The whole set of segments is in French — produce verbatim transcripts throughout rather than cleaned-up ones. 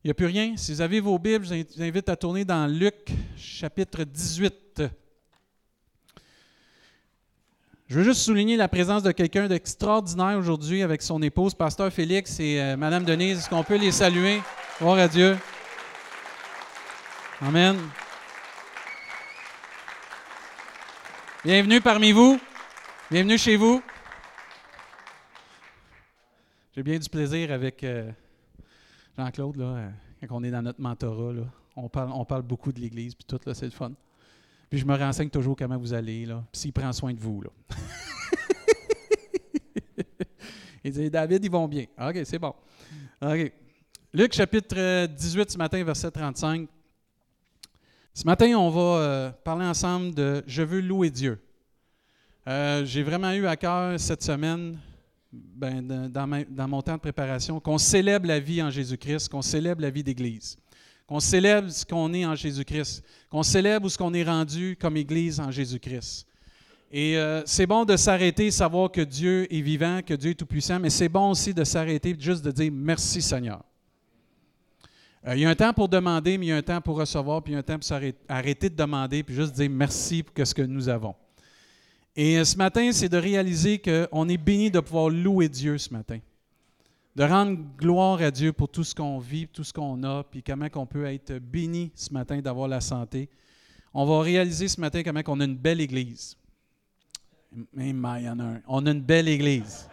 Il n'y a plus rien. Si vous avez vos Bibles, je vous invite à tourner dans Luc, chapitre dix-huit. Je veux juste souligner la présence de quelqu'un d'extraordinaire aujourd'hui avec son épouse, Pasteur Félix et euh, Madame Denise. Est-ce qu'on peut les saluer? Gloire à Dieu. Amen. Bienvenue parmi vous. Bienvenue chez vous. J'ai bien du plaisir avec euh, Jean-Claude, là, quand on est dans notre mentorat. Là, on, parle, on parle beaucoup de l'Église, puis tout, là, c'est le fun. Puis je me renseigne toujours comment vous allez, là, puis s'il prend soin de vous. Là. Il dit, David, ils vont bien. OK, c'est bon. OK. Luc, chapitre dix-huit, ce matin, verset trente-cinq. Ce matin, on va euh, parler ensemble de « Je veux louer Dieu ». Euh, j'ai vraiment eu à cœur cette semaine, ben, de, dans, ma, dans mon temps de préparation, qu'on célèbre la vie en Jésus-Christ, qu'on célèbre la vie d'Église, qu'on célèbre ce qu'on est en Jésus-Christ, qu'on célèbre où ce qu'on est rendu comme Église en Jésus-Christ. Et euh, c'est bon de s'arrêter, savoir que Dieu est vivant, que Dieu est tout-puissant, mais c'est bon aussi de s'arrêter, juste de dire « Merci Seigneur ». Euh, il y a un temps pour demander, mais il y a un temps pour recevoir, puis il y a un temps pour s'arrêter de demander, puis juste dire merci pour ce que nous avons. Et euh, ce matin, c'est de réaliser qu'on est béni de pouvoir louer Dieu ce matin, de rendre gloire à Dieu pour tout ce qu'on vit, tout ce qu'on a, puis comment on peut être béni ce matin d'avoir la santé. On va réaliser ce matin comment on a une belle Église. Mais il y en a un. On a une belle Église.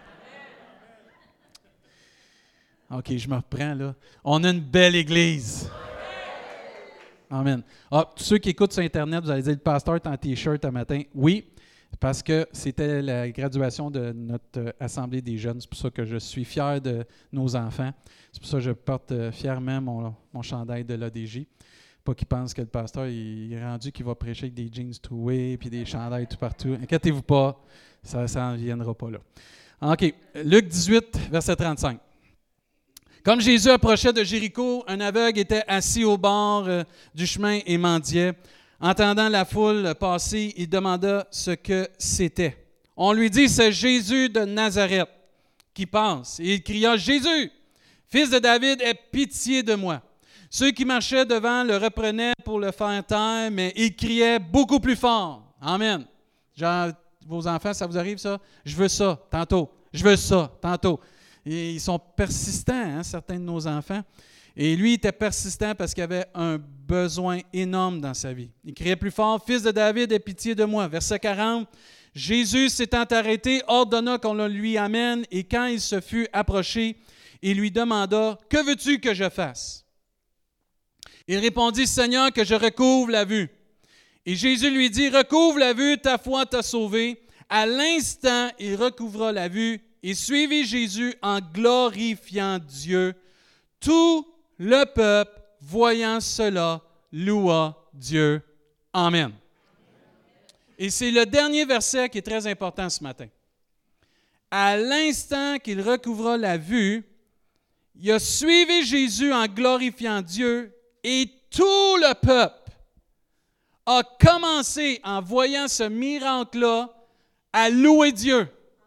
OK, je me reprends là. On a une belle Église. Amen. Ah, tous ceux qui écoutent sur Internet, vous allez dire, le pasteur est en T-shirt un matin. Oui, parce que c'était la graduation de notre Assemblée des jeunes. C'est pour ça que je suis fier de nos enfants. C'est pour ça que je porte fièrement mon, mon chandail de l'A D J. Pas qu'ils pensent que le pasteur il est rendu qu'il va prêcher avec des jeans troués puis des chandails tout partout. Inquiétez-vous pas, ça n'en viendra pas là. OK. Luc dix-huit, verset trente-cinq. Comme Jésus approchait de Jéricho, un aveugle était assis au bord euh, du chemin et mendiait. Entendant la foule passer, il demanda ce que c'était. On lui dit, c'est Jésus de Nazareth qui passe. Et il cria, Jésus, fils de David, aie pitié de moi. Ceux qui marchaient devant le reprenaient pour le faire taire, mais il criait beaucoup plus fort. Amen. Genre, vos enfants, ça vous arrive ça? Je veux ça, tantôt. Je veux ça, tantôt. Et ils sont persistants, hein, certains de nos enfants. Et lui, il était persistant parce qu'il avait un besoin énorme dans sa vie. Il criait plus fort, « Fils de David, aie pitié de moi ». Verset quarante, Jésus s'étant arrêté, ordonna qu'on le lui amène, et quand il se fut approché, il lui demanda, « Que veux-tu que je fasse ?» Il répondit, « Seigneur, que je recouvre la vue. » Et Jésus lui dit, « Recouvre la vue, ta foi t'a sauvé. » À l'instant, il recouvra la vue et suivit Jésus en glorifiant Dieu. Tout le peuple, voyant cela, loua Dieu. Amen. Et c'est le dernier verset qui est très important ce matin. À l'instant qu'il recouvra la vue, il a suivi Jésus en glorifiant Dieu et tout le peuple a commencé, en voyant ce miracle-là, à louer Dieu.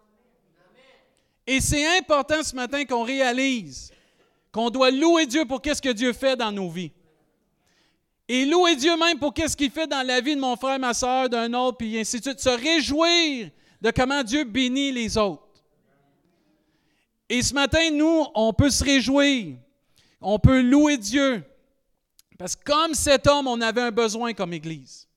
Et c'est important ce matin qu'on réalise qu'on doit louer Dieu pour qu'est-ce que Dieu fait dans nos vies. Et louer Dieu même pour qu'est-ce qu'il fait dans la vie de mon frère, ma soeur, d'un autre, puis ainsi de suite. Se réjouir de comment Dieu bénit les autres. Et ce matin, nous, on peut se réjouir. On peut louer Dieu. Parce que comme cet homme, on avait un besoin comme Église.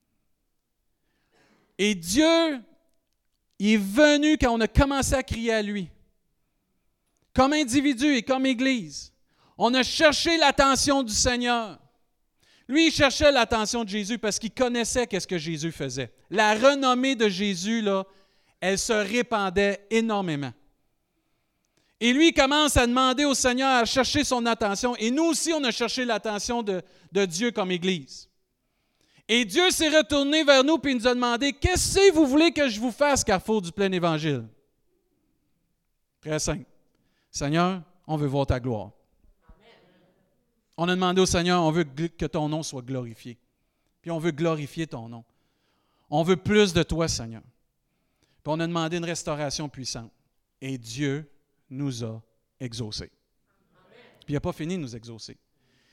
Et Dieu, il est venu quand on a commencé à crier à lui. Comme individu et comme Église, on a cherché l'attention du Seigneur. Lui, il cherchait l'attention de Jésus parce qu'il connaissait qu'est-ce que Jésus faisait. La renommée de Jésus, là, elle se répandait énormément. Et lui, il commence à demander au Seigneur à chercher son attention. Et nous aussi, on a cherché l'attention de, de Dieu comme Église. Et Dieu s'est retourné vers nous et il nous a demandé, « Qu'est-ce que vous voulez que je vous fasse, Carrefour du Plein Évangile? » Très simple. Seigneur, on veut voir ta gloire. On a demandé au Seigneur, on veut que ton nom soit glorifié. Puis on veut glorifier ton nom. On veut plus de toi, Seigneur. Puis on a demandé une restauration puissante. Et Dieu nous a exaucés. Puis il n'a pas fini de nous exaucer.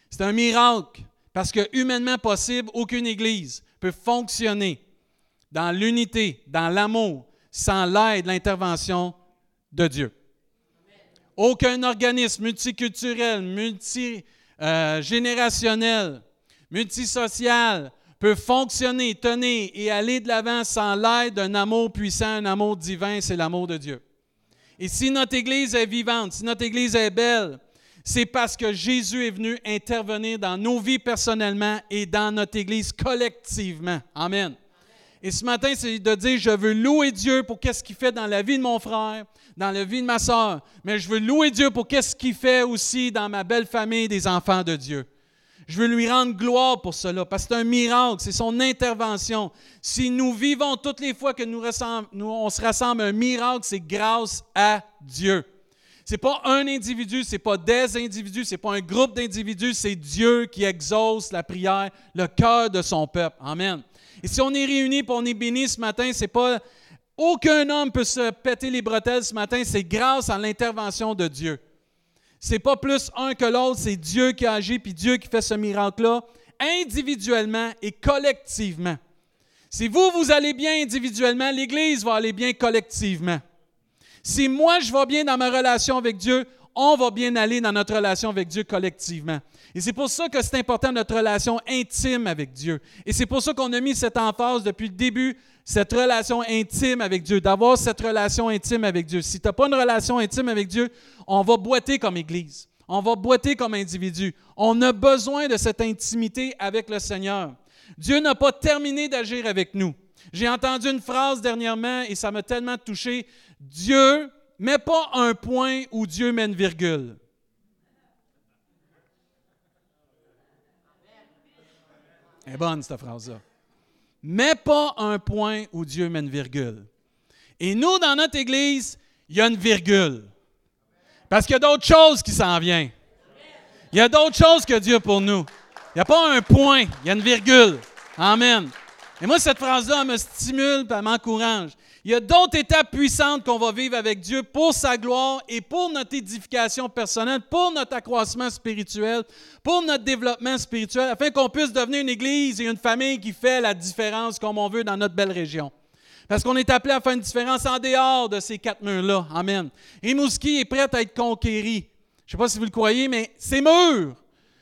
C'est un miracle parce que humainement possible, aucune Église peut fonctionner dans l'unité, dans l'amour, sans l'aide, l'intervention de Dieu. Aucun organisme multiculturel, multigénérationnel, multisocial peut fonctionner, tenir et aller de l'avant sans l'aide d'un amour puissant, un amour divin, c'est l'amour de Dieu. Et si notre Église est vivante, si notre Église est belle, c'est parce que Jésus est venu intervenir dans nos vies personnellement et dans notre Église collectivement. Amen. Et ce matin, c'est de dire, je veux louer Dieu pour qu'est-ce qu'il fait dans la vie de mon frère, dans la vie de ma sœur, mais je veux louer Dieu pour qu'est-ce qu'il fait aussi dans ma belle famille des enfants de Dieu. Je veux lui rendre gloire pour cela, parce que c'est un miracle, c'est son intervention. Si nous vivons toutes les fois que nous, ressemble, nous on se rassemble, un miracle, c'est grâce à Dieu. Ce n'est pas un individu, ce n'est pas des individus, ce n'est pas un groupe d'individus, c'est Dieu qui exauce la prière, le cœur de son peuple. Amen. Et si on est réunis et on est bénis ce matin, c'est pas aucun homme peut se péter les bretelles ce matin, c'est grâce à l'intervention de Dieu. C'est pas plus un que l'autre, c'est Dieu qui agit puis Dieu qui fait ce miracle-là individuellement et collectivement. Si vous, vous allez bien individuellement, l'Église va aller bien collectivement. Si moi, je vais bien dans ma relation avec Dieu, on va bien aller dans notre relation avec Dieu collectivement. Et c'est pour ça que c'est important notre relation intime avec Dieu. Et c'est pour ça qu'on a mis cette emphase depuis le début, cette relation intime avec Dieu, d'avoir cette relation intime avec Dieu. Si tu n'as pas une relation intime avec Dieu, on va boiter comme Église, on va boiter comme individu. On a besoin de cette intimité avec le Seigneur. Dieu n'a pas terminé d'agir avec nous. J'ai entendu une phrase dernièrement et ça m'a tellement touché. Dieu met pas un point où Dieu met une virgule. Elle est bonne, cette phrase-là. Mets pas un point où Dieu met une virgule. Et nous, dans notre Église, il y a une virgule. Parce qu'il y a d'autres choses qui s'en viennent. Il y a d'autres choses que Dieu pour nous. Il n'y a pas un point, il y a une virgule. Amen. Et moi, cette phrase-là, elle me stimule et elle m'encourage. Il y a d'autres étapes puissantes qu'on va vivre avec Dieu pour sa gloire et pour notre édification personnelle, pour notre accroissement spirituel, pour notre développement spirituel, afin qu'on puisse devenir une Église et une famille qui fait la différence comme on veut dans notre belle région. Parce qu'on est appelé à faire une différence en dehors de ces quatre murs-là. Amen. Rimouski est prête à être conquéri. Je ne sais pas si vous le croyez, mais c'est mûr.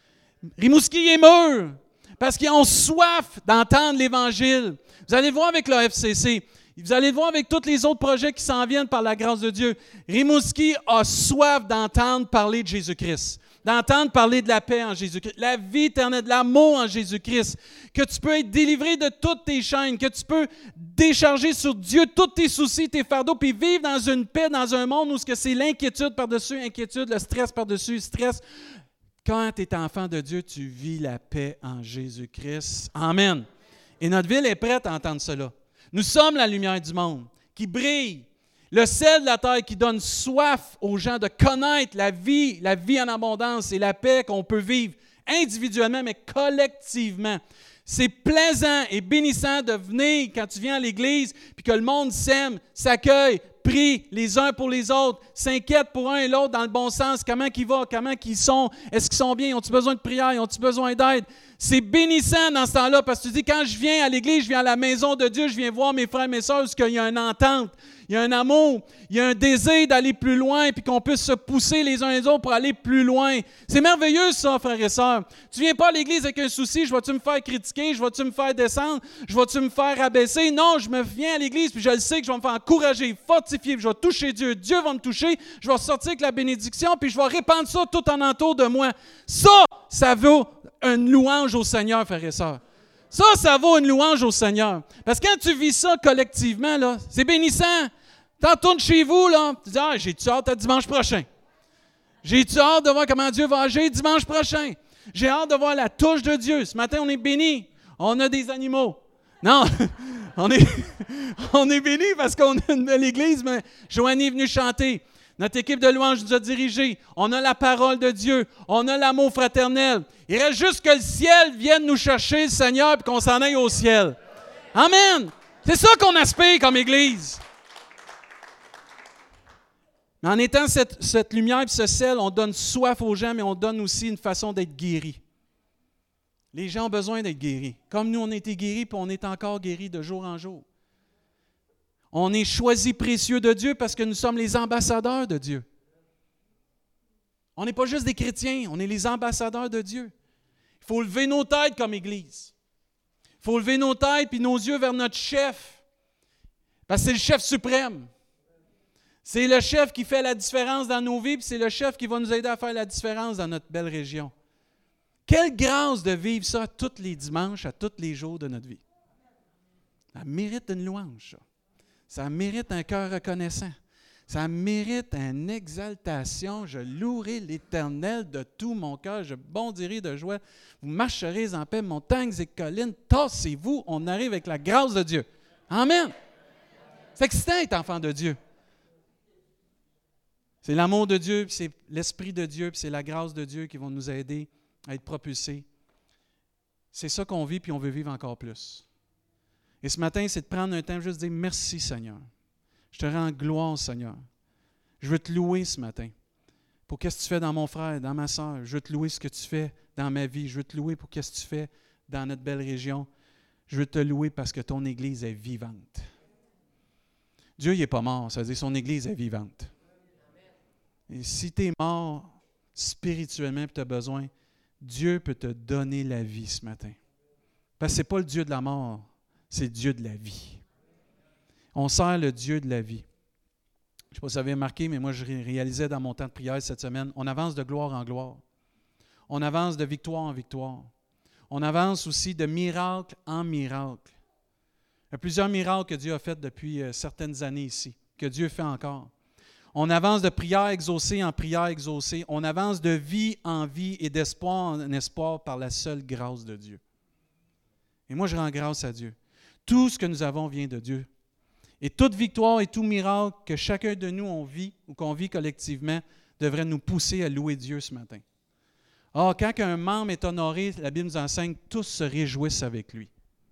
Rimouski est mûr. Parce qu'ils ont soif d'entendre l'Évangile. Vous allez le voir avec le F C C. Vous allez le voir avec tous les autres projets qui s'en viennent par la grâce de Dieu. Rimouski a soif d'entendre parler de Jésus-Christ, d'entendre parler de la paix en Jésus-Christ, la vie éternelle, de l'amour en Jésus-Christ, que tu peux être délivré de toutes tes chaînes, que tu peux décharger sur Dieu tous tes soucis, tes fardeaux, puis vivre dans une paix, dans un monde où c'est l'inquiétude par-dessus inquiétude, le stress par-dessus stress. Quand tu es enfant de Dieu, tu vis la paix en Jésus-Christ. Amen. Et notre ville est prête à entendre cela. Nous sommes la lumière du monde qui brille, le sel de la terre qui donne soif aux gens de connaître la vie, la vie en abondance et la paix qu'on peut vivre individuellement, mais collectivement. C'est plaisant et bénissant de venir quand tu viens à l'Église puis que le monde s'aime, s'accueille, prie les uns pour les autres, s'inquiète pour un et l'autre dans le bon sens, comment ils vont, comment ils sont, est-ce qu'ils sont bien, ont-ils besoin de prière, ont-ils besoin d'aide? C'est bénissant dans ce temps-là parce que tu dis, quand je viens à l'Église, je viens à la maison de Dieu, je viens voir mes frères et mes sœurs parce qu'il y a une entente, il y a un amour, il y a un désir d'aller plus loin puis qu'on puisse se pousser les uns les autres pour aller plus loin. C'est merveilleux ça, frères et sœurs. Tu viens pas à l'Église avec un souci, je vais-tu me faire critiquer, je vais-tu me faire descendre, je vais-tu me faire abaisser? Non, je me viens à l'Église puis je le sais que je vais me faire encourager, fortifier, puis je vais toucher Dieu, Dieu va me toucher, je vais sortir avec la bénédiction puis je vais répandre ça tout en entour de moi. Ça, ça vaut une louange au Seigneur, frères et sœurs. Ça, ça vaut une louange au Seigneur. Parce que quand tu vis ça collectivement, là, c'est bénissant. T'en tournes chez vous, là, tu dis, ah, j'ai-tu hâte à dimanche prochain? J'ai-tu hâte de voir comment Dieu va agir dimanche prochain? J'ai hâte de voir la touche de Dieu. Ce matin, on est bénis. On a des animaux. Non, on est, on est bénis parce qu'on a une belle église, mais Joanie est venue chanter. Notre équipe de louanges nous a dirigés. On a la parole de Dieu. On a l'amour fraternel. Il reste juste que le ciel vienne nous chercher, le Seigneur, et qu'on s'en aille au ciel. Amen! C'est ça qu'on aspire comme Église. En étant cette, cette lumière et ce sel, on donne soif aux gens, mais on donne aussi une façon d'être guéri. Les gens ont besoin d'être guéris. Comme nous, on a été guéris, puis on est encore guéris de jour en jour. On est choisis précieux de Dieu parce que nous sommes les ambassadeurs de Dieu. On n'est pas juste des chrétiens, on est les ambassadeurs de Dieu. Il faut lever nos têtes comme Église. Il faut lever nos têtes et nos yeux vers notre chef. Parce que c'est le chef suprême. C'est le chef qui fait la différence dans nos vies, puis c'est le chef qui va nous aider à faire la différence dans notre belle région. Quelle grâce de vivre ça tous les dimanches, à tous les jours de notre vie. Ça mérite une louange, ça. Ça mérite un cœur reconnaissant. Ça mérite une exaltation. Je louerai l'Éternel de tout mon cœur. Je bondirai de joie. Vous marcherez en paix, montagnes et collines. Tassez-vous. On arrive avec la grâce de Dieu. Amen. C'est excitant d'être enfant de Dieu. C'est l'amour de Dieu, puis c'est l'Esprit de Dieu, puis c'est la grâce de Dieu qui vont nous aider à être propulsés. C'est ça qu'on vit, puis on veut vivre encore plus. Et ce matin, c'est de prendre un temps juste de dire merci Seigneur. Je te rends gloire Seigneur. Je veux te louer ce matin pour qu'est-ce que tu fais dans mon frère, dans ma soeur. Je veux te louer ce que tu fais dans ma vie. Je veux te louer pour qu'est-ce que tu fais dans notre belle région. Je veux te louer parce que ton Église est vivante. Dieu, il n'est pas mort, ça veut dire son Église est vivante. Et si tu es mort spirituellement et tu as besoin, Dieu peut te donner la vie ce matin. Parce que ce n'est pas le Dieu de la mort, c'est le Dieu de la vie. On sert le Dieu de la vie. Je ne sais pas si vous avez remarqué, mais moi je réalisais dans mon temps de prière cette semaine, on avance de gloire en gloire. On avance de victoire en victoire. On avance aussi de miracle en miracle. Il y a plusieurs miracles que Dieu a faits depuis certaines années ici, que Dieu fait encore. On avance de prière exaucée en prière exaucée. On avance de vie en vie et d'espoir en espoir par la seule grâce de Dieu. Et moi, je rends grâce à Dieu. Tout ce que nous avons vient de Dieu. Et toute victoire et tout miracle que chacun de nous on vit ou qu'on vit collectivement devrait nous pousser à louer Dieu ce matin. Or, quand un membre est honoré, la Bible nous enseigne, tous se réjouissent avec lui.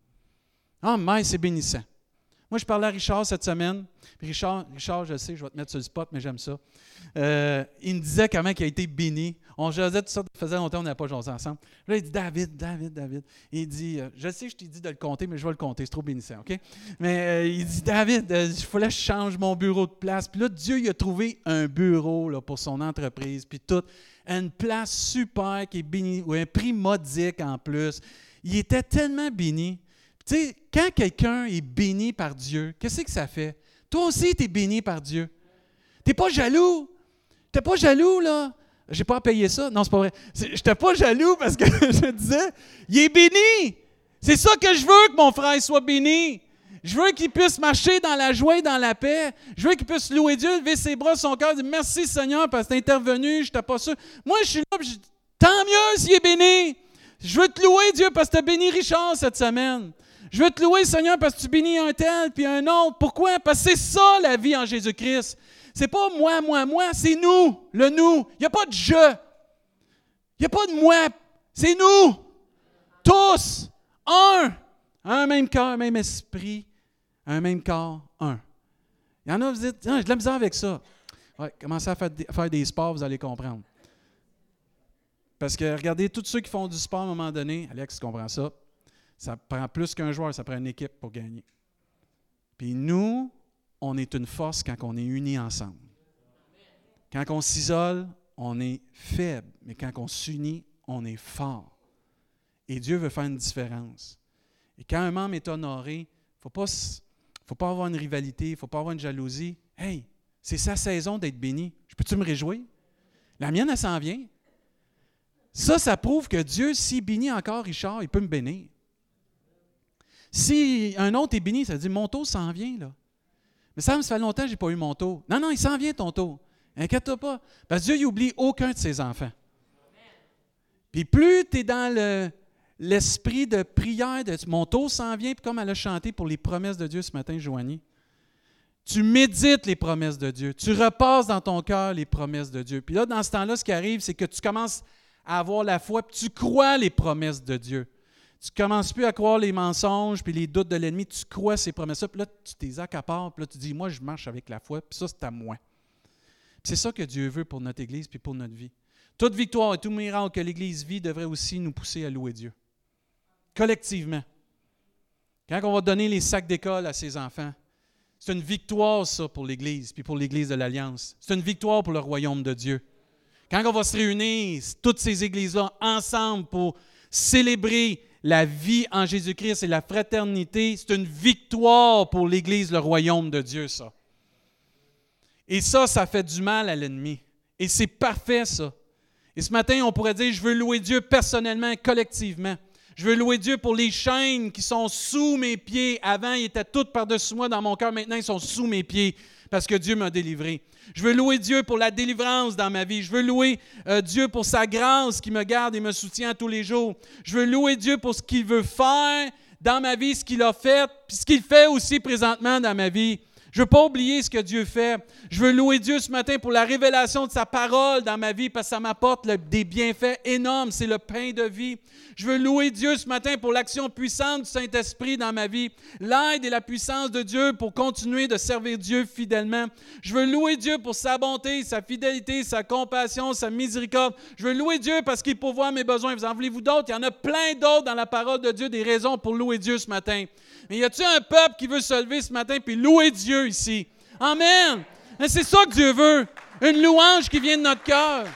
Ah, mais c'est bénissant. Moi, je parlais à Richard cette semaine. Puis Richard, Richard, je sais, je vais te mettre sur le spot, mais j'aime ça. Euh, il me disait comment il a été béni. On jasait tout ça, ça faisait longtemps qu'on n'avait pas jasé ensemble. Là, il dit David, David, David. Il dit, euh, je sais, je t'ai dit de le compter, mais je vais le compter, c'est trop bénissant, OK? Mais euh, il dit, David, euh, il fallait que je change mon bureau de place. Puis là, Dieu, il a trouvé un bureau là, pour son entreprise, puis tout. Une place super qui est bénie, ou un prix modique en plus. Il était tellement béni. Tu sais, quand quelqu'un est béni par Dieu, qu'est-ce que ça fait? Toi aussi, tu es béni par Dieu. Tu n'es pas jaloux. Tu n'es pas jaloux, là. Je n'ai pas à payer ça. Non, c'est pas vrai. Je n'étais pas jaloux parce que je disais, il est béni. C'est ça que je veux, que mon frère soit béni. Je veux qu'il puisse marcher dans la joie et dans la paix. Je veux qu'il puisse louer Dieu, lever ses bras, son cœur, dire merci Seigneur parce que tu es intervenu, je n'étais pas sûr. Moi, je suis là, je, tant mieux s'il est béni. Je veux te louer, Dieu, parce que tu as béni Richard cette semaine. Je veux te louer, Seigneur, parce que tu bénis un tel puis un autre. Pourquoi? Parce que c'est ça la vie en Jésus-Christ. C'est pas moi, moi, moi, c'est nous, le nous. Il n'y a pas de je. Il n'y a pas de moi. C'est nous. Tous. Un. Un même cœur, un même esprit, un même corps, un. Il y en a, vous dites, ah, j'ai de la misère avec ça. Ouais, commencez à faire des, à faire des sports, vous allez comprendre. Parce que regardez, tous ceux qui font du sport à un moment donné, Alex, tu comprends ça? Ça prend plus qu'un joueur, ça prend une équipe pour gagner. Puis nous, on est une force quand on est unis ensemble. Quand on s'isole, on est faible. Mais quand on s'unit, on est fort. Et Dieu veut faire une différence. Et quand un membre est honoré, il ne faut pas, faut pas avoir une rivalité, il ne faut pas avoir une jalousie. Hey, c'est sa saison d'être béni. Je peux-tu me réjouir? La mienne, elle s'en vient. Ça, ça prouve que Dieu, s'il bénit encore Richard, il peut me bénir. Si un autre est béni, ça veut dire mon tour s'en vient, là. Mais ça me fait longtemps que je n'ai pas eu mon tour. Non, non, il s'en vient ton tour. Inquiète-toi pas. Parce que Dieu n'oublie aucun de ses enfants. Puis plus tu es dans le, l'esprit de prière, de mon tour s'en vient, puis comme elle a chanté pour les promesses de Dieu ce matin, Joanie, tu médites les promesses de Dieu. Tu repasses dans ton cœur les promesses de Dieu. Puis là, dans ce temps-là, ce qui arrive, c'est que tu commences à avoir la foi, puis tu crois les promesses de Dieu. Tu ne commences plus à croire les mensonges puis les doutes de l'ennemi, tu crois ces promesses-là, puis là, tu t'es accapares, puis là, tu dis, moi, je marche avec la foi, puis ça, c'est à moi. Puis c'est ça que Dieu veut pour notre Église puis pour notre vie. Toute victoire et tout miracle que l'Église vit devrait aussi nous pousser à louer Dieu. collectivement. Quand on va donner les sacs d'école à ses enfants, c'est une victoire, ça, pour l'Église, puis pour l'Église de l'Alliance. C'est une victoire pour le royaume de Dieu. Quand on va se réunir, toutes ces églises-là, ensemble, pour célébrer la vie en Jésus-Christ et la fraternité, c'est une victoire pour l'Église, le royaume de Dieu, ça. Et ça, ça fait du mal à l'ennemi. Et c'est parfait, ça. Et ce matin, on pourrait dire, je veux louer Dieu personnellement, collectivement. Je veux louer Dieu pour les chaînes qui sont sous mes pieds. Avant, ils étaient toutes par-dessus moi dans mon cœur. Maintenant, ils sont sous mes pieds parce que Dieu m'a délivré. Je veux louer Dieu pour la délivrance dans ma vie. Je veux louer euh, Dieu pour sa grâce qui me garde et me soutient tous les jours. Je veux louer Dieu pour ce qu'il veut faire dans ma vie, ce qu'il a fait, puis ce qu'il fait aussi présentement dans ma vie. Je ne veux pas oublier ce que Dieu fait. Je veux louer Dieu ce matin pour la révélation de sa parole dans ma vie parce que ça m'apporte le, des bienfaits énormes. C'est le pain de vie. Je veux louer Dieu ce matin pour l'action puissante du Saint-Esprit dans ma vie, l'aide et la puissance de Dieu pour continuer de servir Dieu fidèlement. Je veux louer Dieu pour sa bonté, sa fidélité, sa compassion, sa miséricorde. Je veux louer Dieu parce qu'il pourvoit mes besoins. Vous en voulez-vous d'autres? Il y en a plein d'autres dans la parole de Dieu, des raisons pour louer Dieu ce matin. Mais y a-t-il un peuple qui veut se lever ce matin puis louer Dieu ici? Amen! Mais c'est ça que Dieu veut. Une louange qui vient de notre cœur.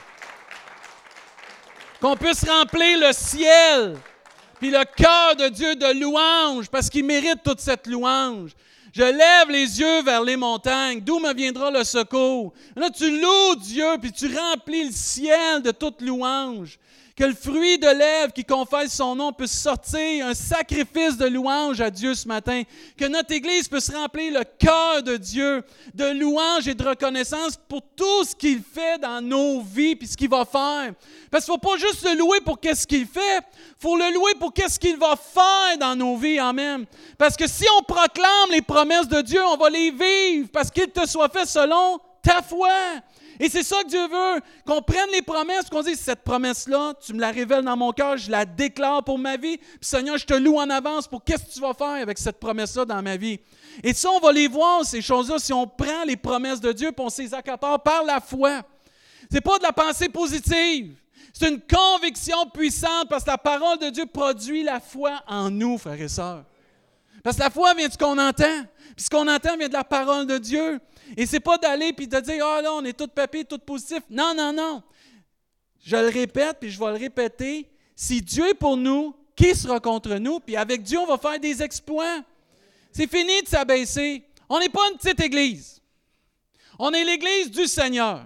Qu'on puisse remplir le ciel puis le cœur de Dieu de louange parce qu'il mérite toute cette louange. Je lève les yeux vers les montagnes. D'où me viendra le secours? Là, tu loues Dieu puis tu remplis le ciel de toute louange. Que le fruit de lèvres qui confesse son nom puisse sortir, un sacrifice de louange à Dieu ce matin. Que notre Église puisse remplir le cœur de Dieu de louange et de reconnaissance pour tout ce qu'il fait dans nos vies et ce qu'il va faire. Parce qu'il ne faut pas juste le louer pour qu'est-ce qu'il fait, il faut le louer pour qu'est-ce qu'il va faire dans nos vies. Amen. Parce que si on proclame les promesses de Dieu, on va les vivre parce qu'il te soit fait selon ta foi. Et c'est ça que Dieu veut, qu'on prenne les promesses, qu'on dise, cette promesse-là, tu me la révèles dans mon cœur, je la déclare pour ma vie. Puis Seigneur, je te loue en avance pour qu'est-ce que tu vas faire avec cette promesse-là dans ma vie. Et ça, on va les voir, ces choses-là, si on prend les promesses de Dieu et on s'y accapare par la foi. C'est pas de la pensée positive. C'est une conviction puissante parce que la parole de Dieu produit la foi en nous, frères et sœurs. Parce que la foi vient de ce qu'on entend. Puis ce qu'on entend vient de la parole de Dieu. Et c'est pas d'aller et de dire « Ah là, on est tous papés, tous positifs. » Non, non, non. Je le répète, puis je vais le répéter. Si Dieu est pour nous, qui sera contre nous? Puis avec Dieu, on va faire des exploits. C'est fini de s'abaisser. On n'est pas une petite église. On est l'église du Seigneur.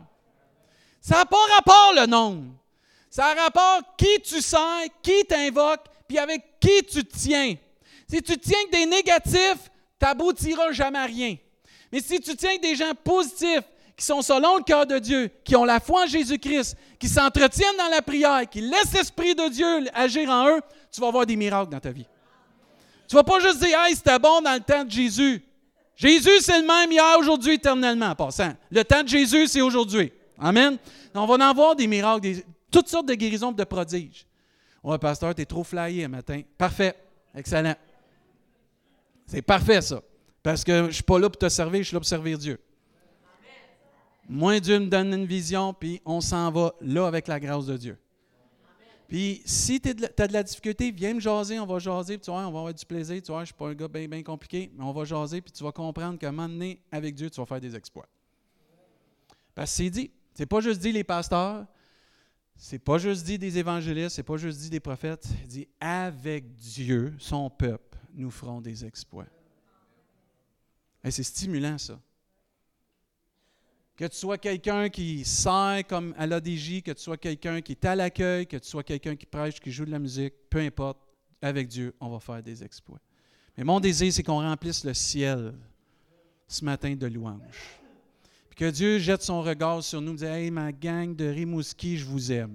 Ça n'a pas rapport le nombre. Ça a rapport qui tu sers, qui t'invoque, puis avec qui tu te tiens. Si tu te tiens avec des négatifs, tu n'aboutiras jamais à rien. Mais si tu tiens avec des gens positifs, qui sont selon le cœur de Dieu, qui ont la foi en Jésus-Christ, qui s'entretiennent dans la prière, qui laissent l'Esprit de Dieu agir en eux, tu vas avoir des miracles dans ta vie. Tu ne vas pas juste dire « Hey, c'était bon dans le temps de Jésus ». Jésus, c'est le même hier, aujourd'hui, éternellement, en passant. Le temps de Jésus, c'est aujourd'hui. Amen. On va en avoir des miracles, des, toutes sortes de guérisons et de prodiges. Ouais, pasteur, tu es trop flyé un matin. Parfait. Excellent. C'est parfait, ça. Parce que je ne suis pas là pour te servir, je suis là pour servir Dieu. Moi, Dieu me donne une vision, puis on s'en va là avec la grâce de Dieu. Puis si tu as de la difficulté, viens me jaser, on va jaser, puis tu vois, on va avoir du plaisir. Tu vois, je ne suis pas un gars bien, bien compliqué, mais on va jaser, puis tu vas comprendre qu'à un moment donné, avec Dieu, tu vas faire des exploits. Parce que c'est dit, c'est pas juste dit les pasteurs, c'est pas juste dit des évangélistes, c'est pas juste dit des prophètes, il dit avec Dieu, son peuple, nous ferons des exploits. Et c'est stimulant, ça. Que tu sois quelqu'un qui sert comme à l'A D J, que tu sois quelqu'un qui est à l'accueil, que tu sois quelqu'un qui prêche, qui joue de la musique, peu importe, avec Dieu, on va faire des exploits. Mais mon désir, c'est qu'on remplisse le ciel ce matin de louanges. Puis que Dieu jette son regard sur nous et dise « Hey, ma gang de Rimouski, je vous aime. »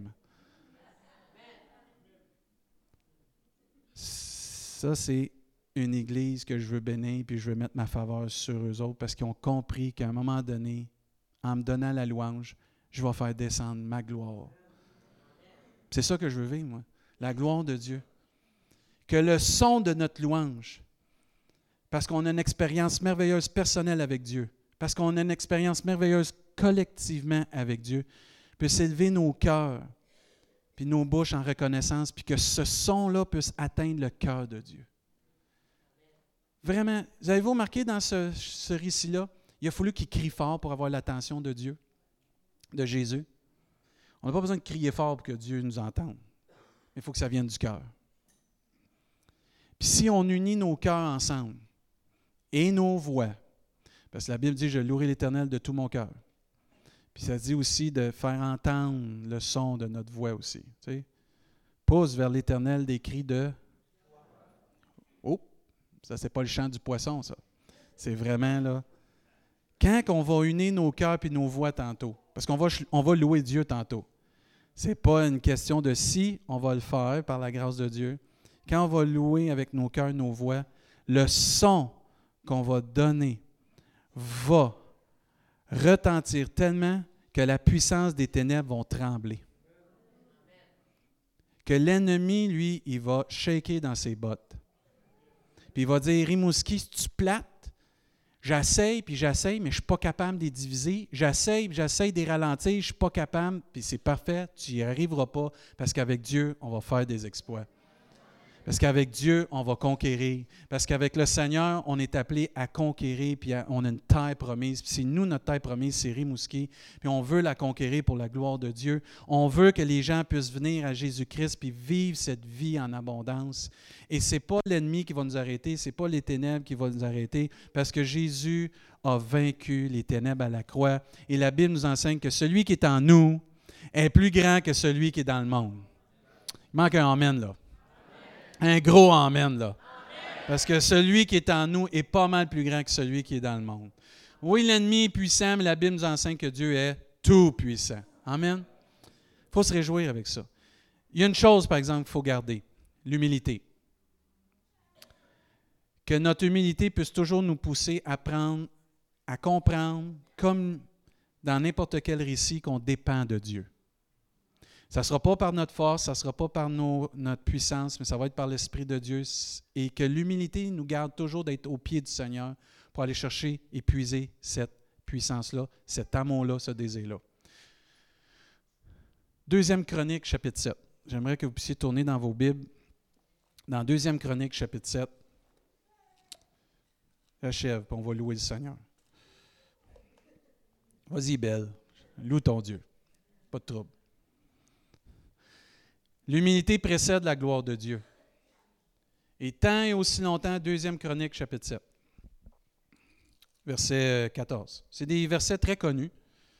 Ça, c'est une église que je veux bénir, puis je veux mettre ma faveur sur eux autres parce qu'ils ont compris qu'à un moment donné, en me donnant la louange, je vais faire descendre ma gloire. C'est ça que je veux vivre, moi. La gloire de Dieu. Que le son de notre louange, parce qu'on a une expérience merveilleuse personnelle avec Dieu, parce qu'on a une expérience merveilleuse collectivement avec Dieu, puisse élever nos cœurs, puis nos bouches en reconnaissance, puis que ce son-là puisse atteindre le cœur de Dieu. Vraiment, vous avez-vous remarqué dans ce, ce récit-là, il a fallu qu'il crie fort pour avoir l'attention de Dieu, de Jésus. On n'a pas besoin de crier fort pour que Dieu nous entende. Il faut que ça vienne du cœur. Puis si on unit nos cœurs ensemble et nos voix, parce que la Bible dit « Je louerai l'Éternel de tout mon cœur ». Puis ça dit aussi de faire entendre le son de notre voix aussi. Tu sais. Pousse vers l'Éternel des cris de... Oh, ça c'est pas le chant du poisson, ça. C'est vraiment là... Quand on va unir nos cœurs et nos voix tantôt, parce qu'on va, on va louer Dieu tantôt, ce n'est pas une question de si, on va le faire par la grâce de Dieu. Quand on va louer avec nos cœurs, nos voix, le son qu'on va donner va retentir tellement que la puissance des ténèbres vont trembler. Que l'ennemi, lui, il va shaker dans ses bottes. Puis il va dire, Rimouski, si tu plates, j'essaye, puis j'essaye, mais je ne suis pas capable de les diviser. J'essaye, puis j'essaye de les ralentir, je ne suis pas capable, puis c'est parfait, tu n'y arriveras pas, parce qu'avec Dieu, on va faire des exploits. Parce qu'avec Dieu, on va conquérir. Parce qu'avec le Seigneur, on est appelé à conquérir, puis à, on a une terre promise. Puis c'est nous, notre terre promise, c'est Rimouski. Puis on veut la conquérir pour la gloire de Dieu. On veut que les gens puissent venir à Jésus-Christ puis vivre cette vie en abondance. Et ce n'est pas l'ennemi qui va nous arrêter, ce n'est pas les ténèbres qui vont nous arrêter, parce que Jésus a vaincu les ténèbres à la croix. Et la Bible nous enseigne que celui qui est en nous est plus grand que celui qui est dans le monde. Il manque un amen, là. Un gros amen, là. Parce que celui qui est en nous est pas mal plus grand que celui qui est dans le monde. Oui, l'ennemi est puissant, mais la Bible nous enseigne que Dieu est tout puissant. Amen. Il faut se réjouir avec ça. Il y a une chose, par exemple, qu'il faut garder, l'humilité. Que notre humilité puisse toujours nous pousser à prendre, à comprendre, comme dans n'importe quel récit, qu'on dépend de Dieu. Ça ne sera pas par notre force, ça ne sera pas par nos, notre puissance, mais ça va être par l'Esprit de Dieu. Et que l'humilité nous garde toujours d'être au pied du Seigneur pour aller chercher et puiser cette puissance-là, cet amour-là, ce désir-là. Deuxième Chronique, chapitre sept. J'aimerais que vous puissiez tourner dans vos Bibles. Dans Deuxième Chronique, chapitre sept. Achève, puis on va louer le Seigneur. Vas-y, Belle. Loue ton Dieu. Pas de trouble. L'humilité précède la gloire de Dieu. Et tant et aussi longtemps, Deuxième Chronique, chapitre sept, verset quatorze. C'est des versets très connus.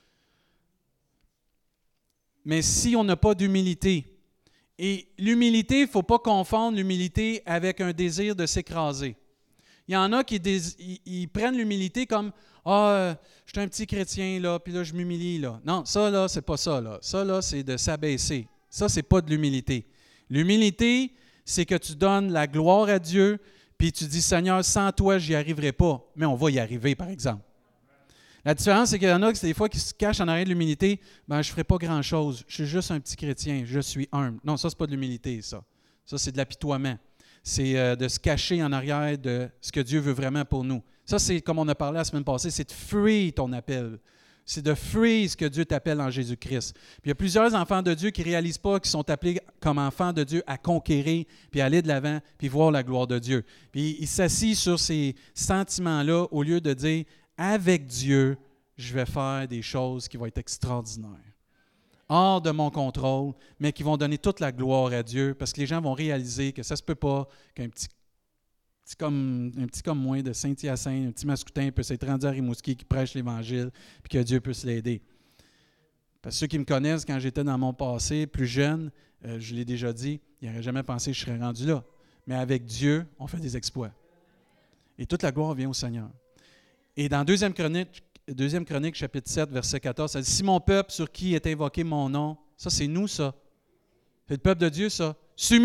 Mais si on n'a pas d'humilité, et l'humilité, il ne faut pas confondre l'humilité avec un désir de s'écraser. Il y en a qui dés- ils, ils prennent l'humilité comme « Ah, euh, je suis un petit chrétien, là, puis là, je m'humilie. » là. Non, ça, là, c'est pas ça. Là. Ça, là, c'est de s'abaisser. Ça, ce n'est pas de l'humilité. L'humilité, c'est que tu donnes la gloire à Dieu, puis tu dis, Seigneur, sans toi, je n'y arriverai pas. Mais on va y arriver, par exemple. La différence, c'est qu'il y en a qui, des fois, qui se cachent en arrière de l'humilité. Ben, je ne ferai pas grand-chose. Je suis juste un petit chrétien. Je suis humble. Non, ça, ce n'est pas de l'humilité, ça. Ça, c'est de l'apitoiement. C'est euh, de se cacher en arrière de ce que Dieu veut vraiment pour nous. Ça, c'est comme on a parlé la semaine passée, c'est de fuir ton appel. C'est de fuir ce que Dieu t'appelle en Jésus-Christ. Puis il y a plusieurs enfants de Dieu qui ne réalisent pas qu'ils sont appelés comme enfants de Dieu à conquérir, puis aller de l'avant, puis voir la gloire de Dieu. Puis ils s'assient sur ces sentiments-là au lieu de dire, avec Dieu, je vais faire des choses qui vont être extraordinaires. Hors de mon contrôle, mais qui vont donner toute la gloire à Dieu, parce que les gens vont réaliser que ça ne se peut pas qu'un petit Petit comme, un petit comme moi de Saint-Hyacinthe, un petit mascoutin peut s'être rendu à Rimouski qui prêche l'Évangile puis que Dieu puisse l'aider. Parce que ceux qui me connaissent, quand j'étais dans mon passé, plus jeune, euh, je l'ai déjà dit, ils n'auraient jamais pensé que je serais rendu là. Mais avec Dieu, on fait des exploits. Et toute la gloire vient au Seigneur. Et dans Deuxième Chronique, Deuxième Chronique, chapitre sept, verset quatorze, ça dit « Si mon peuple sur qui est invoqué mon nom, ça c'est nous ça, c'est le peuple de Dieu ça, s'humilie. »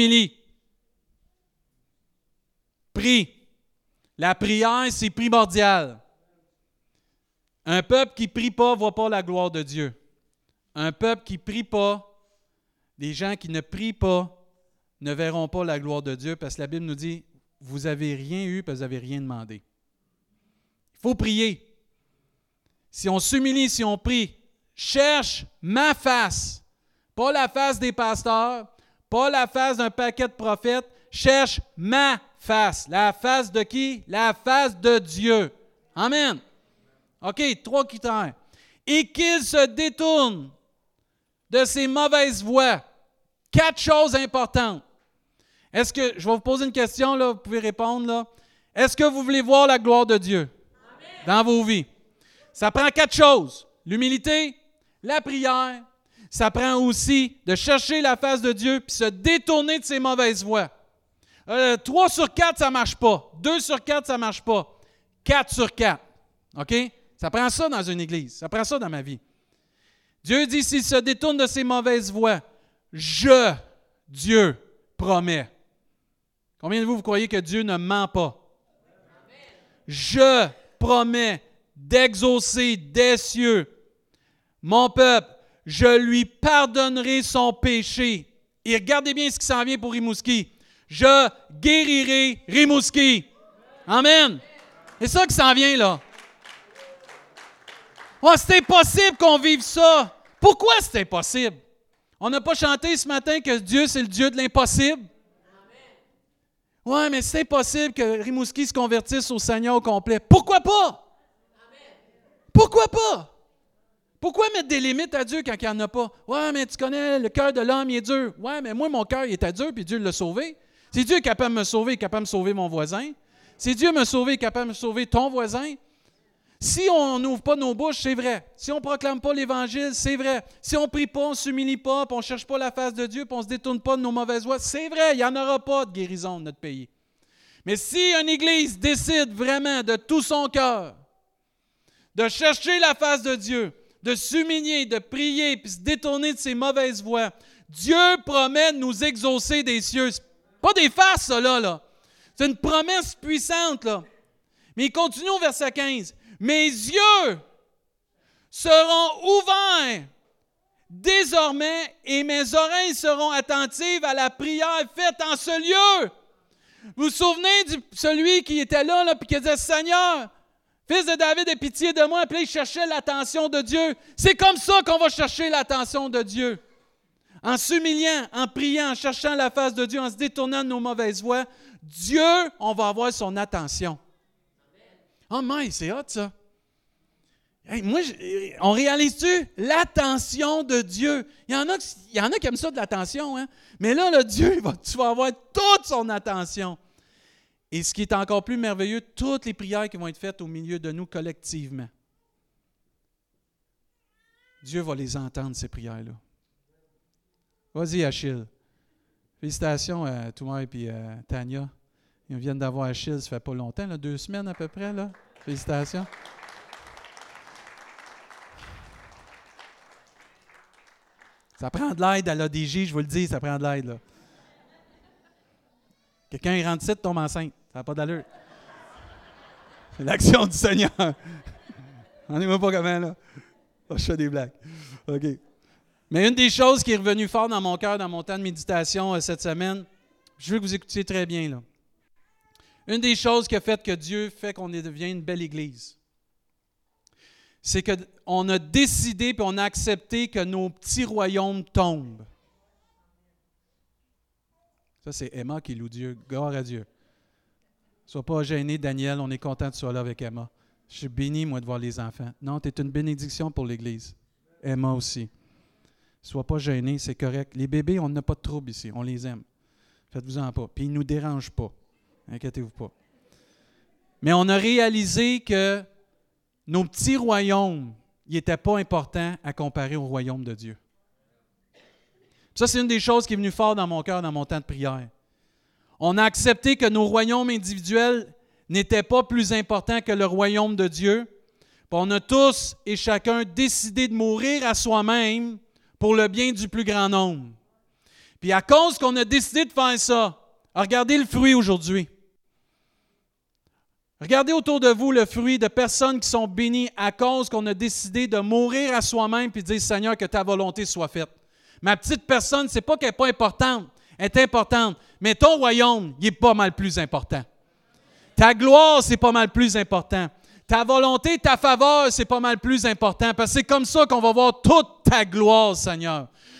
Prie. La prière, c'est primordial. Un peuple qui ne prie pas ne voit pas la gloire de Dieu. Un peuple qui ne prie pas, des gens qui ne prient pas, ne verront pas la gloire de Dieu parce que la Bible nous dit, vous n'avez rien eu parce que vous n'avez rien demandé. Il faut prier. Si on s'humilie, si on prie, cherche ma face, pas la face des pasteurs, pas la face d'un paquet de prophètes. Cherche ma face. La face de qui? La face de Dieu. Amen. OK, trois critères. Et qu'il se détourne de ses mauvaises voies. Quatre choses importantes. Est-ce que, je vais vous poser une question, là, vous pouvez répondre, là. Est-ce que vous voulez voir la gloire de Dieu Amen. Dans vos vies? Ça prend quatre choses. L'humilité, la prière, ça prend aussi de chercher la face de Dieu puis se détourner de ses mauvaises voies. Euh, trois sur quatre, ça ne marche pas. Deux sur quatre, ça ne marche pas. Quatre sur quatre. OK? Ça prend ça dans une église. Ça prend ça dans ma vie. Dieu dit, s'il se détourne de ses mauvaises voies, je, Dieu, promets. Combien de vous, vous croyez que Dieu ne ment pas? Je promets d'exaucer des cieux mon peuple, je lui pardonnerai son péché. Et regardez bien ce qui s'en vient pour Rimouski. Je guérirai Rimouski. Amen. C'est ça qui s'en vient là. Oh, c'est impossible qu'on vive ça. Pourquoi c'est impossible? On n'a pas chanté ce matin que Dieu, c'est le Dieu de l'impossible? Oui, mais c'est impossible que Rimouski se convertisse au Seigneur au complet. Pourquoi pas? Pourquoi pas? Pourquoi mettre des limites à Dieu quand il n'y en a pas? Ouais, mais tu connais, le cœur de l'homme, il est dur. Ouais, mais moi, mon cœur, il était dur, puis Dieu l'a sauvé. Si Dieu est capable de me sauver, il est capable de me sauver mon voisin. Si Dieu me sauver, il est capable de me sauver ton voisin. Si on n'ouvre pas nos bouches, c'est vrai. Si on ne proclame pas l'Évangile, c'est vrai. Si on ne prie pas, on ne s'humilie pas, puis on ne cherche pas la face de Dieu, puis on ne se détourne pas de nos mauvaises voies, c'est vrai, il n'y en aura pas de guérison de notre pays. Mais si une Église décide vraiment de tout son cœur de chercher la face de Dieu, de s'humilier, de prier, puis se détourner de ses mauvaises voies, Dieu promet de nous exaucer des cieux. C'est pas des farces, ça, là, là. C'est une promesse puissante, là. Mais il continue au verset quinze. Mes yeux seront ouverts désormais et mes oreilles seront attentives à la prière faite en ce lieu. Vous vous souvenez de celui qui était là, là puis qui disait, Seigneur, Fils de David, aie pitié de moi. Puis là, il cherchait l'attention de Dieu. C'est comme ça qu'on va chercher l'attention de Dieu. En s'humiliant, en priant, en cherchant la face de Dieu, en se détournant de nos mauvaises voies, Dieu, on va avoir son attention. Oh my, c'est hot ça. Hey, moi, je, on réalise-tu l'attention de Dieu? Il y en a, il y en a qui aiment ça de l'attention, hein? Mais là, le Dieu, va, tu vas avoir toute son attention. Et ce qui est encore plus merveilleux, toutes les prières qui vont être faites au milieu de nous collectivement. Dieu va les entendre, ces prières-là. Vas-y, Achille. Félicitations à Thomas et puis à Tania. Ils viennent d'avoir Achille, ça fait pas longtemps, là, deux semaines à peu près. Là. Félicitations. Ça prend de l'aide à l'A D J, je vous le dis, ça prend de l'aide. Là. Quelqu'un il rentre ici, tombe enceinte. Ça n'a pas d'allure. C'est l'action du Seigneur. On n'est même pas comment, là. Oh, je fais des blagues. OK. Mais une des choses qui est revenue fort dans mon cœur, dans mon temps de méditation euh, cette semaine, je veux que vous écoutiez très bien, là. Une des choses qui a fait que Dieu fait qu'on devient une belle Église, c'est qu'on a décidé et on a accepté que nos petits royaumes tombent. Ça, c'est Emma qui loue Dieu. Gloire à Dieu. Sois pas gêné, Daniel. On est content que tu sois là avec Emma. Je suis béni, moi, de voir les enfants. Non, tu es une bénédiction pour l'Église. Emma aussi. Sois pas gêné, c'est correct. Les bébés, on n'a pas de trouble ici. On les aime. Faites-vous-en pas. Puis ils ne nous dérangent pas. Inquiétez-vous pas. Mais on a réalisé que nos petits royaumes, ils n'étaient pas importants à comparer au royaume de Dieu. Ça, c'est une des choses qui est venue fort dans mon cœur, dans mon temps de prière. On a accepté que nos royaumes individuels n'étaient pas plus importants que le royaume de Dieu. Puis on a tous et chacun décidé de mourir à soi-même pour le bien du plus grand nombre. Puis à cause qu'on a décidé de faire ça, regardez le fruit aujourd'hui. Regardez autour de vous le fruit de personnes qui sont bénies à cause qu'on a décidé de mourir à soi-même puis de dire, Seigneur, que ta volonté soit faite. Ma petite personne, c'est pas qu'elle n'est pas importante, elle est importante, mais ton royaume, il est pas mal plus important. Ta gloire, c'est pas mal plus important. Ta volonté, ta faveur, c'est pas mal plus important, parce que c'est comme ça qu'on va voir toute ta gloire, Seigneur.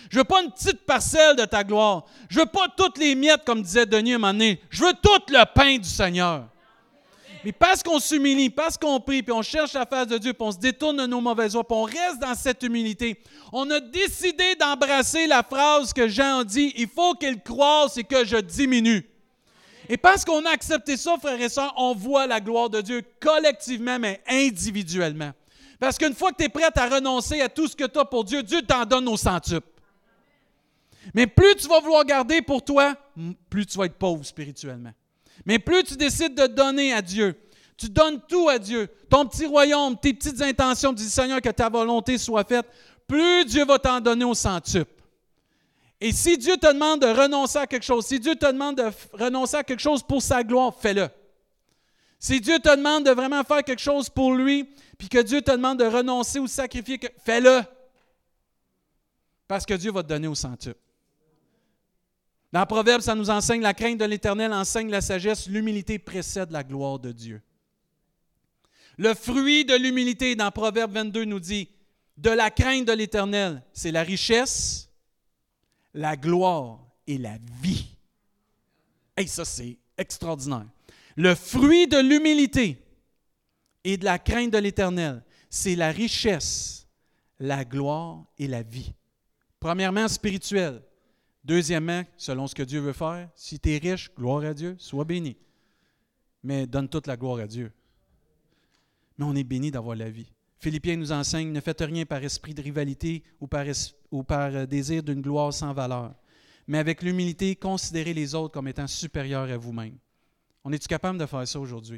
Je veux pas une petite parcelle de ta gloire. Je veux pas toutes les miettes, comme disait Denis à un moment donné. Je veux tout le pain du Seigneur. Mais parce qu'on s'humilie, parce qu'on prie, puis on cherche la face de Dieu, puis on se détourne de nos mauvaises voies, puis on reste dans cette humilité, on a décidé d'embrasser la phrase que Jean a dit, « Il faut qu'il croisse et que je diminue ». Et parce qu'on a accepté ça, frères et sœurs, on voit la gloire de Dieu collectivement, mais individuellement. Parce qu'une fois que tu es prête à renoncer à tout ce que tu as pour Dieu, Dieu t'en donne au centuple. Mais plus tu vas vouloir garder pour toi, plus tu vas être pauvre spirituellement. Mais plus tu décides de donner à Dieu, tu donnes tout à Dieu, ton petit royaume, tes petites intentions, tu dis, Seigneur, que ta volonté soit faite, plus Dieu va t'en donner au centuple. Et si Dieu te demande de renoncer à quelque chose, si Dieu te demande de renoncer à quelque chose pour sa gloire, fais-le. Si Dieu te demande de vraiment faire quelque chose pour lui, puis que Dieu te demande de renoncer ou de sacrifier, fais-le. Parce que Dieu va te donner au centuple. Dans Proverbe, ça nous enseigne la crainte de l'Éternel, enseigne la sagesse, l'humilité précède la gloire de Dieu. Le fruit de l'humilité, dans Proverbe vingt-deux, nous dit, de la crainte de l'Éternel, c'est la richesse, la gloire et la vie. Hey, ça, c'est extraordinaire. Le fruit de l'humilité et de la crainte de l'Éternel, c'est la richesse, la gloire et la vie. Premièrement, spirituel. Deuxièmement, selon ce que Dieu veut faire, si tu es riche, gloire à Dieu, sois béni. Mais donne toute la gloire à Dieu. Mais on est béni d'avoir la vie. Philippiens nous enseigne, ne faites rien par esprit de rivalité ou par, es- ou par désir d'une gloire sans valeur. Mais avec l'humilité, considérez les autres comme étant supérieurs à vous-même. On est-tu capable de faire ça aujourd'hui?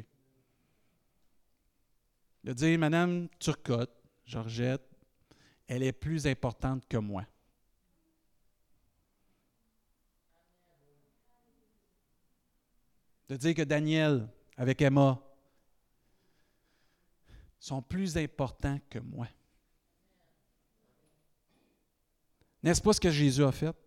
De dire, Madame Turcotte, Georgette, elle est plus importante que moi. De dire que Daniel, avec Emma, sont plus importants que moi. N'est-ce pas ce que Jésus a fait?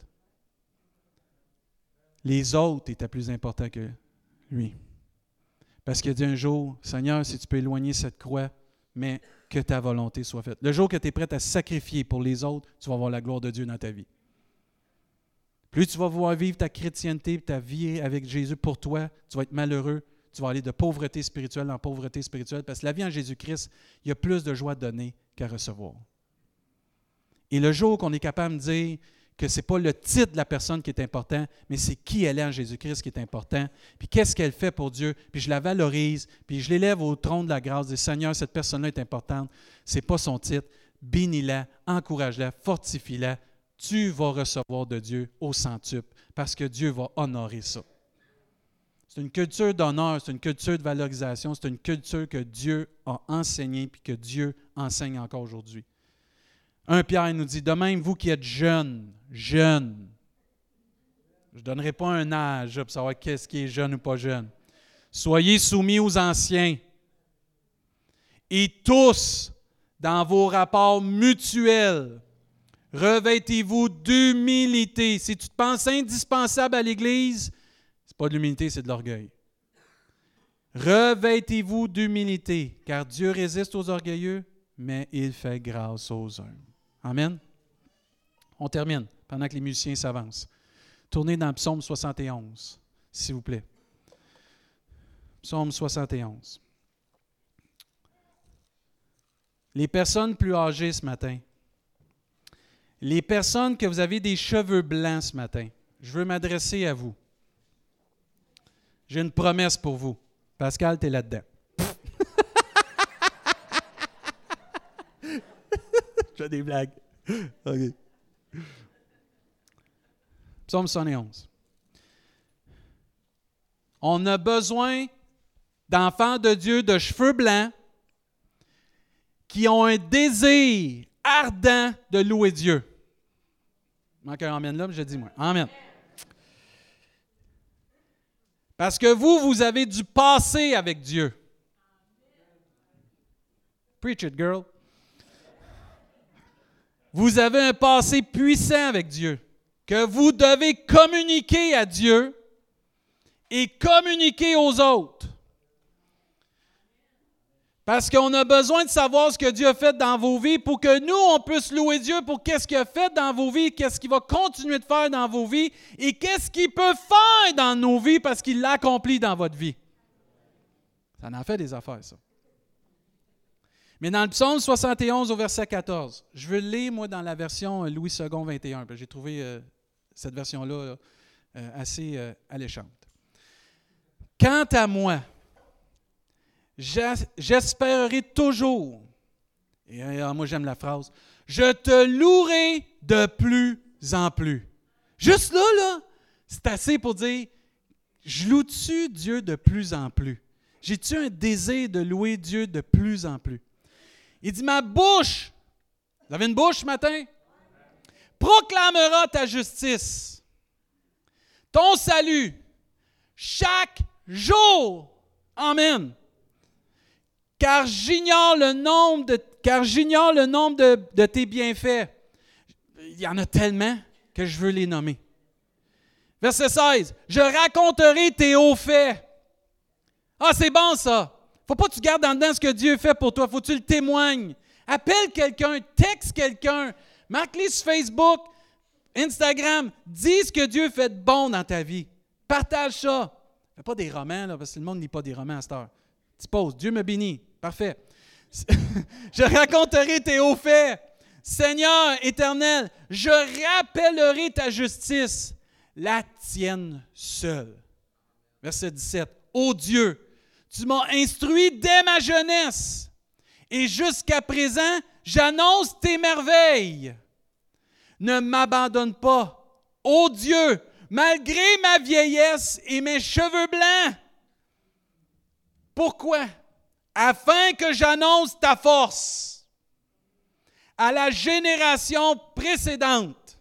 Les autres étaient plus importants que lui. Parce qu'il a dit un jour, Seigneur, si tu peux éloigner cette croix, mais que ta volonté soit faite. Le jour que tu es prêt à sacrifier pour les autres, tu vas voir la gloire de Dieu dans ta vie. Plus tu vas vouloir vivre ta chrétienté, ta vie avec Jésus pour toi, tu vas être malheureux. Tu vas aller de pauvreté spirituelle en pauvreté spirituelle parce que la vie en Jésus-Christ, il y a plus de joie à donner qu'à recevoir. Et le jour qu'on est capable de dire que ce n'est pas le titre de la personne qui est important, mais c'est qui elle est en Jésus-Christ qui est important, puis qu'est-ce qu'elle fait pour Dieu, puis je la valorise, puis je l'élève au trône de la grâce, et Seigneur, cette personne-là est importante, ce n'est pas son titre, bénis-la, encourage-la, fortifie-la, tu vas recevoir de Dieu au centuple, parce que Dieu va honorer ça. C'est une culture d'honneur, c'est une culture de valorisation, c'est une culture que Dieu a enseignée puis que Dieu enseigne encore aujourd'hui. un Pierre nous dit, de même, vous qui êtes jeunes, jeunes, je ne donnerai pas un âge pour savoir qu'est-ce qui est jeune ou pas jeune, soyez soumis aux anciens et tous, dans vos rapports mutuels, revêtez-vous d'humilité. Si tu te penses indispensable à l'Église, ce n'est pas de l'humilité, c'est de l'orgueil. Revêtez-vous d'humilité, car Dieu résiste aux orgueilleux, mais il fait grâce aux humbles. Amen. On termine pendant que les musiciens s'avancent. Tournez dans Psaume soixante et onze, s'il vous plaît. Psaume soixante et onze. Les personnes plus âgées ce matin, les personnes que vous avez des cheveux blancs ce matin, je veux m'adresser à vous. J'ai une promesse pour vous. Pascal, tu es là-dedans. Je fais des blagues. OK. Psaume soixante et onze. On a besoin d'enfants de Dieu de cheveux blancs qui ont un désir ardent de louer Dieu. Il manque un amen là, mais je dis moi. Amen. Parce que vous, vous avez du passé avec Dieu. Preach it, girl. Vous avez un passé puissant avec Dieu, que vous devez communiquer à Dieu et communiquer aux autres. Parce qu'on a besoin de savoir ce que Dieu a fait dans vos vies pour que nous, on puisse louer Dieu pour qu'est-ce qu'il a fait dans vos vies, qu'est-ce qu'il va continuer de faire dans vos vies et qu'est-ce qu'il peut faire dans nos vies parce qu'il l'a accompli dans votre vie. Ça en fait des affaires, ça. Mais dans le psaume soixante et onze au verset quatorze, je veux le lire, moi, dans la version Louis second vingt et un. J'ai trouvé euh, cette version-là là, euh, assez euh, alléchante. « Quant à moi, j'espérerai toujours, et euh, moi j'aime la phrase, je te louerai de plus en plus. » Juste là, là, c'est assez pour dire, je loue-tu Dieu de plus en plus? J'ai-tu un désir de louer Dieu de plus en plus? Il dit, ma bouche, vous avez une bouche ce matin? Proclamera ta justice, ton salut, chaque jour. Amen. Car j'ignore le nombre de, car j'ignore le nombre de, de tes bienfaits. Il y en a tellement que je veux les nommer. Verset seize. Je raconterai tes hauts faits. Ah, c'est bon ça. Faut pas que tu gardes en dedans ce que Dieu fait pour toi. Faut que tu le témoignes. Appelle quelqu'un, texte quelqu'un, marque-les sur Facebook, Instagram. Dis ce que Dieu fait de bon dans ta vie. Partage ça. Fais pas des romans, là, parce que le monde ne lit pas des romans à cette heure. Tu poses, Dieu me bénit. Parfait. Je raconterai tes hauts faits. Seigneur éternel, je rappellerai ta justice, la tienne seule. Verset dix-sept. Ô Dieu, tu m'as instruit dès ma jeunesse, et jusqu'à présent, j'annonce tes merveilles. Ne m'abandonne pas, ô Dieu, malgré ma vieillesse et mes cheveux blancs. Pourquoi? Afin que j'annonce ta force à la génération précédente.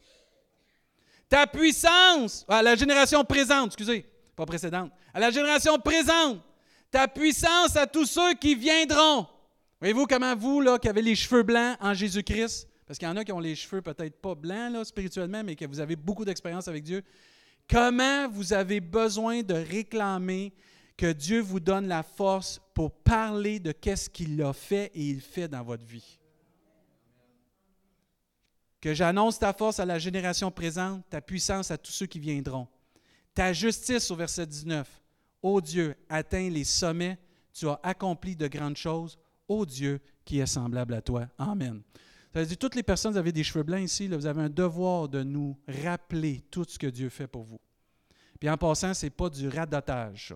Ta puissance, à la génération présente, excusez, pas précédente, à la génération présente, ta puissance à tous ceux qui viendront. Voyez-vous comment vous, là, qui avez les cheveux blancs en Jésus-Christ, parce qu'il y en a qui ont les cheveux peut-être pas blancs là, spirituellement, mais que vous avez beaucoup d'expérience avec Dieu, comment vous avez besoin de réclamer que Dieu vous donne la force pour parler de qu'est-ce qu'il a fait et il fait dans votre vie. Que j'annonce ta force à la génération présente, ta puissance à tous ceux qui viendront. Ta justice au verset dix-neuf. Ô Dieu, atteins les sommets, tu as accompli de grandes choses. Ô Dieu, qui est semblable à toi. Amen. Ça veut dire, toutes les personnes, vous avez des cheveux blancs ici, là, vous avez un devoir de nous rappeler tout ce que Dieu fait pour vous. Puis en passant, ce n'est pas du radotage,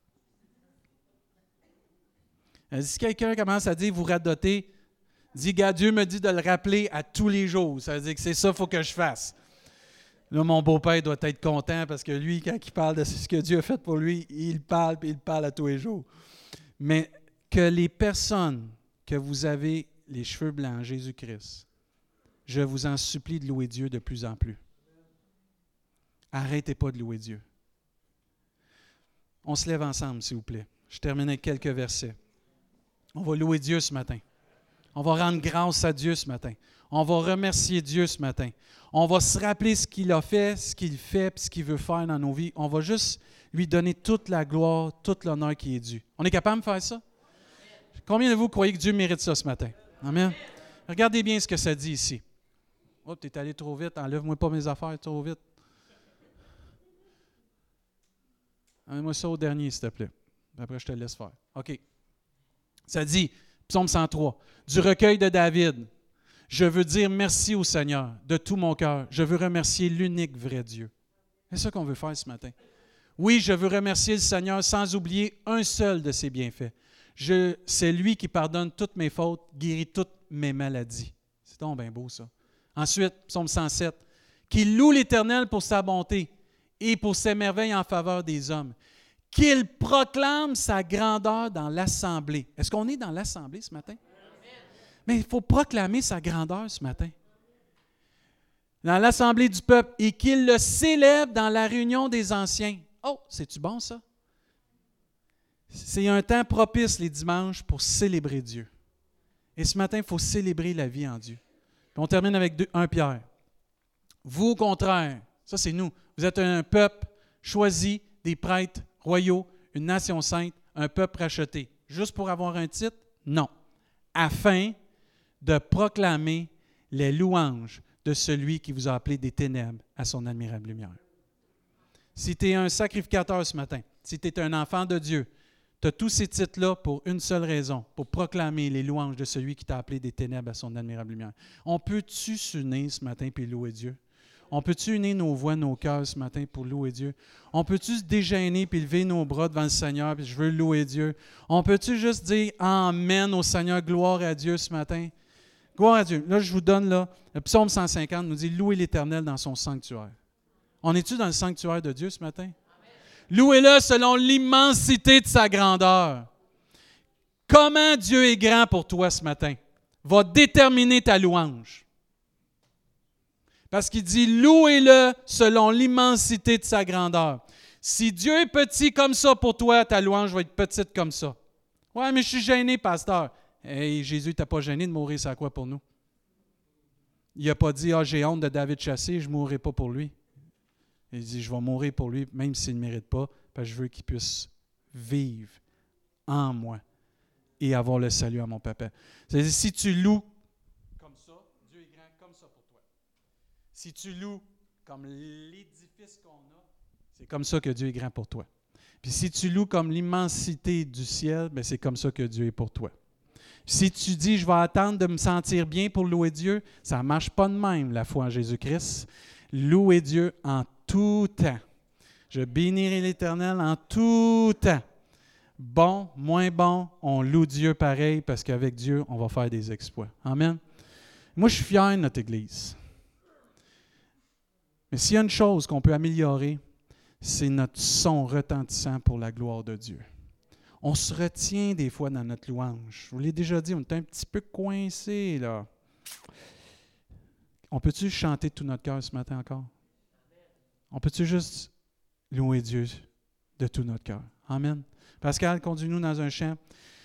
ça. Si quelqu'un commence à dire « vous radotez », dis « gars, Dieu me dit de le rappeler à tous les jours. » Ça veut dire que c'est ça qu'il faut que je fasse. Là, mon beau-père doit être content parce que lui, quand il parle de ce que Dieu a fait pour lui, il parle et il parle à tous les jours. Mais que les personnes que vous avez les cheveux blancs en Jésus-Christ, je vous en supplie de louer Dieu de plus en plus. Arrêtez pas de louer Dieu. On se lève ensemble, s'il vous plaît. Je termine avec quelques versets. On va louer Dieu ce matin. On va rendre grâce à Dieu ce matin. On va remercier Dieu ce matin. On va se rappeler ce qu'il a fait, ce qu'il fait, puis ce qu'il veut faire dans nos vies. On va juste lui donner toute la gloire, tout l'honneur qui est dû. On est capable de faire ça? Combien de vous croyez que Dieu mérite ça ce matin? Amen. Regardez bien ce que ça dit ici. Oh, tu es allé trop vite. Enlève-moi pas mes affaires trop vite. Enlève-moi ça au dernier, s'il te plaît. Après, je te laisse faire. OK. Ça dit, psaume cent trois, du recueil de David. Je veux dire merci au Seigneur de tout mon cœur. Je veux remercier l'unique vrai Dieu. C'est ça qu'on veut faire ce matin. Oui, je veux remercier le Seigneur sans oublier un seul de ses bienfaits. Je, c'est lui qui pardonne toutes mes fautes, guérit toutes mes maladies. C'est donc bien beau ça. Ensuite, psaume cent sept, qu'il loue l'Éternel pour sa bonté et pour ses merveilles en faveur des hommes. Qu'il proclame sa grandeur dans l'assemblée. Est-ce qu'on est dans l'assemblée ce matin? Mais il faut proclamer sa grandeur ce matin. Dans l'assemblée du peuple, et qu'il le célèbre dans la réunion des anciens. Oh, c'est-tu bon ça? C'est un temps propice les dimanches pour célébrer Dieu. Et ce matin, il faut célébrer la vie en Dieu. Puis on termine avec deux, un Pierre. Vous, au contraire, ça c'est nous, vous êtes un peuple choisi, des prêtres royaux, une nation sainte, un peuple racheté. Juste pour avoir un titre? Non. Afin de proclamer les louanges de celui qui vous a appelé des ténèbres à son admirable lumière. Si tu es un sacrificateur ce matin, si tu es un enfant de Dieu, tu as tous ces titres-là pour une seule raison, pour proclamer les louanges de celui qui t'a appelé des ténèbres à son admirable lumière. On peut-tu s'unir ce matin et louer Dieu? On peut-tu unir nos voix, nos cœurs ce matin pour louer Dieu? On peut-tu se dégainer puis lever nos bras devant le Seigneur puis je veux louer Dieu? On peut-tu juste dire Amen au Seigneur, gloire à Dieu ce matin? Gloire à Dieu. Là, je vous donne, là, le psaume cent cinquante nous dit « Louez l'Éternel dans son sanctuaire ». On est-tu dans le sanctuaire de Dieu ce matin? Amen. Louez-le selon l'immensité de sa grandeur. Comment Dieu est grand pour toi ce matin va déterminer ta louange. Parce qu'il dit « Louez-le selon l'immensité de sa grandeur ». Si Dieu est petit comme ça pour toi, ta louange va être petite comme ça. « Ouais, mais je suis gêné, pasteur. » Hey, Jésus ne t'a pas gêné de mourir sur quoi pour nous? Il n'a pas dit « Ah, j'ai honte de David Chassé, je ne mourrai pas pour lui. » Il dit « Je vais mourir pour lui, même s'il ne mérite pas, parce que je veux qu'il puisse vivre en moi et avoir le salut à mon papa. » C'est-à-dire, si tu loues comme ça, Dieu est grand comme ça pour toi. Si tu loues comme l'édifice qu'on a, c'est comme ça que Dieu est grand pour toi. Puis si tu loues comme l'immensité du ciel, bien, c'est comme ça que Dieu est pour toi. Si tu dis, je vais attendre de me sentir bien pour louer Dieu, ça ne marche pas de même, la foi en Jésus-Christ. Louez Dieu en tout temps. Je bénirai l'Éternel en tout temps. Bon, moins bon, on loue Dieu pareil parce qu'avec Dieu, on va faire des exploits. Amen. Moi, je suis fier de notre Église. Mais s'il y a une chose qu'on peut améliorer, c'est notre son retentissant pour la gloire de Dieu. On se retient des fois dans notre louange. Je vous l'ai déjà dit, on est un petit peu coincé là. On peut-tu chanter de tout notre cœur ce matin encore? On peut-tu juste louer Dieu de tout notre cœur? Amen. Pascal, conduis-nous dans un chant.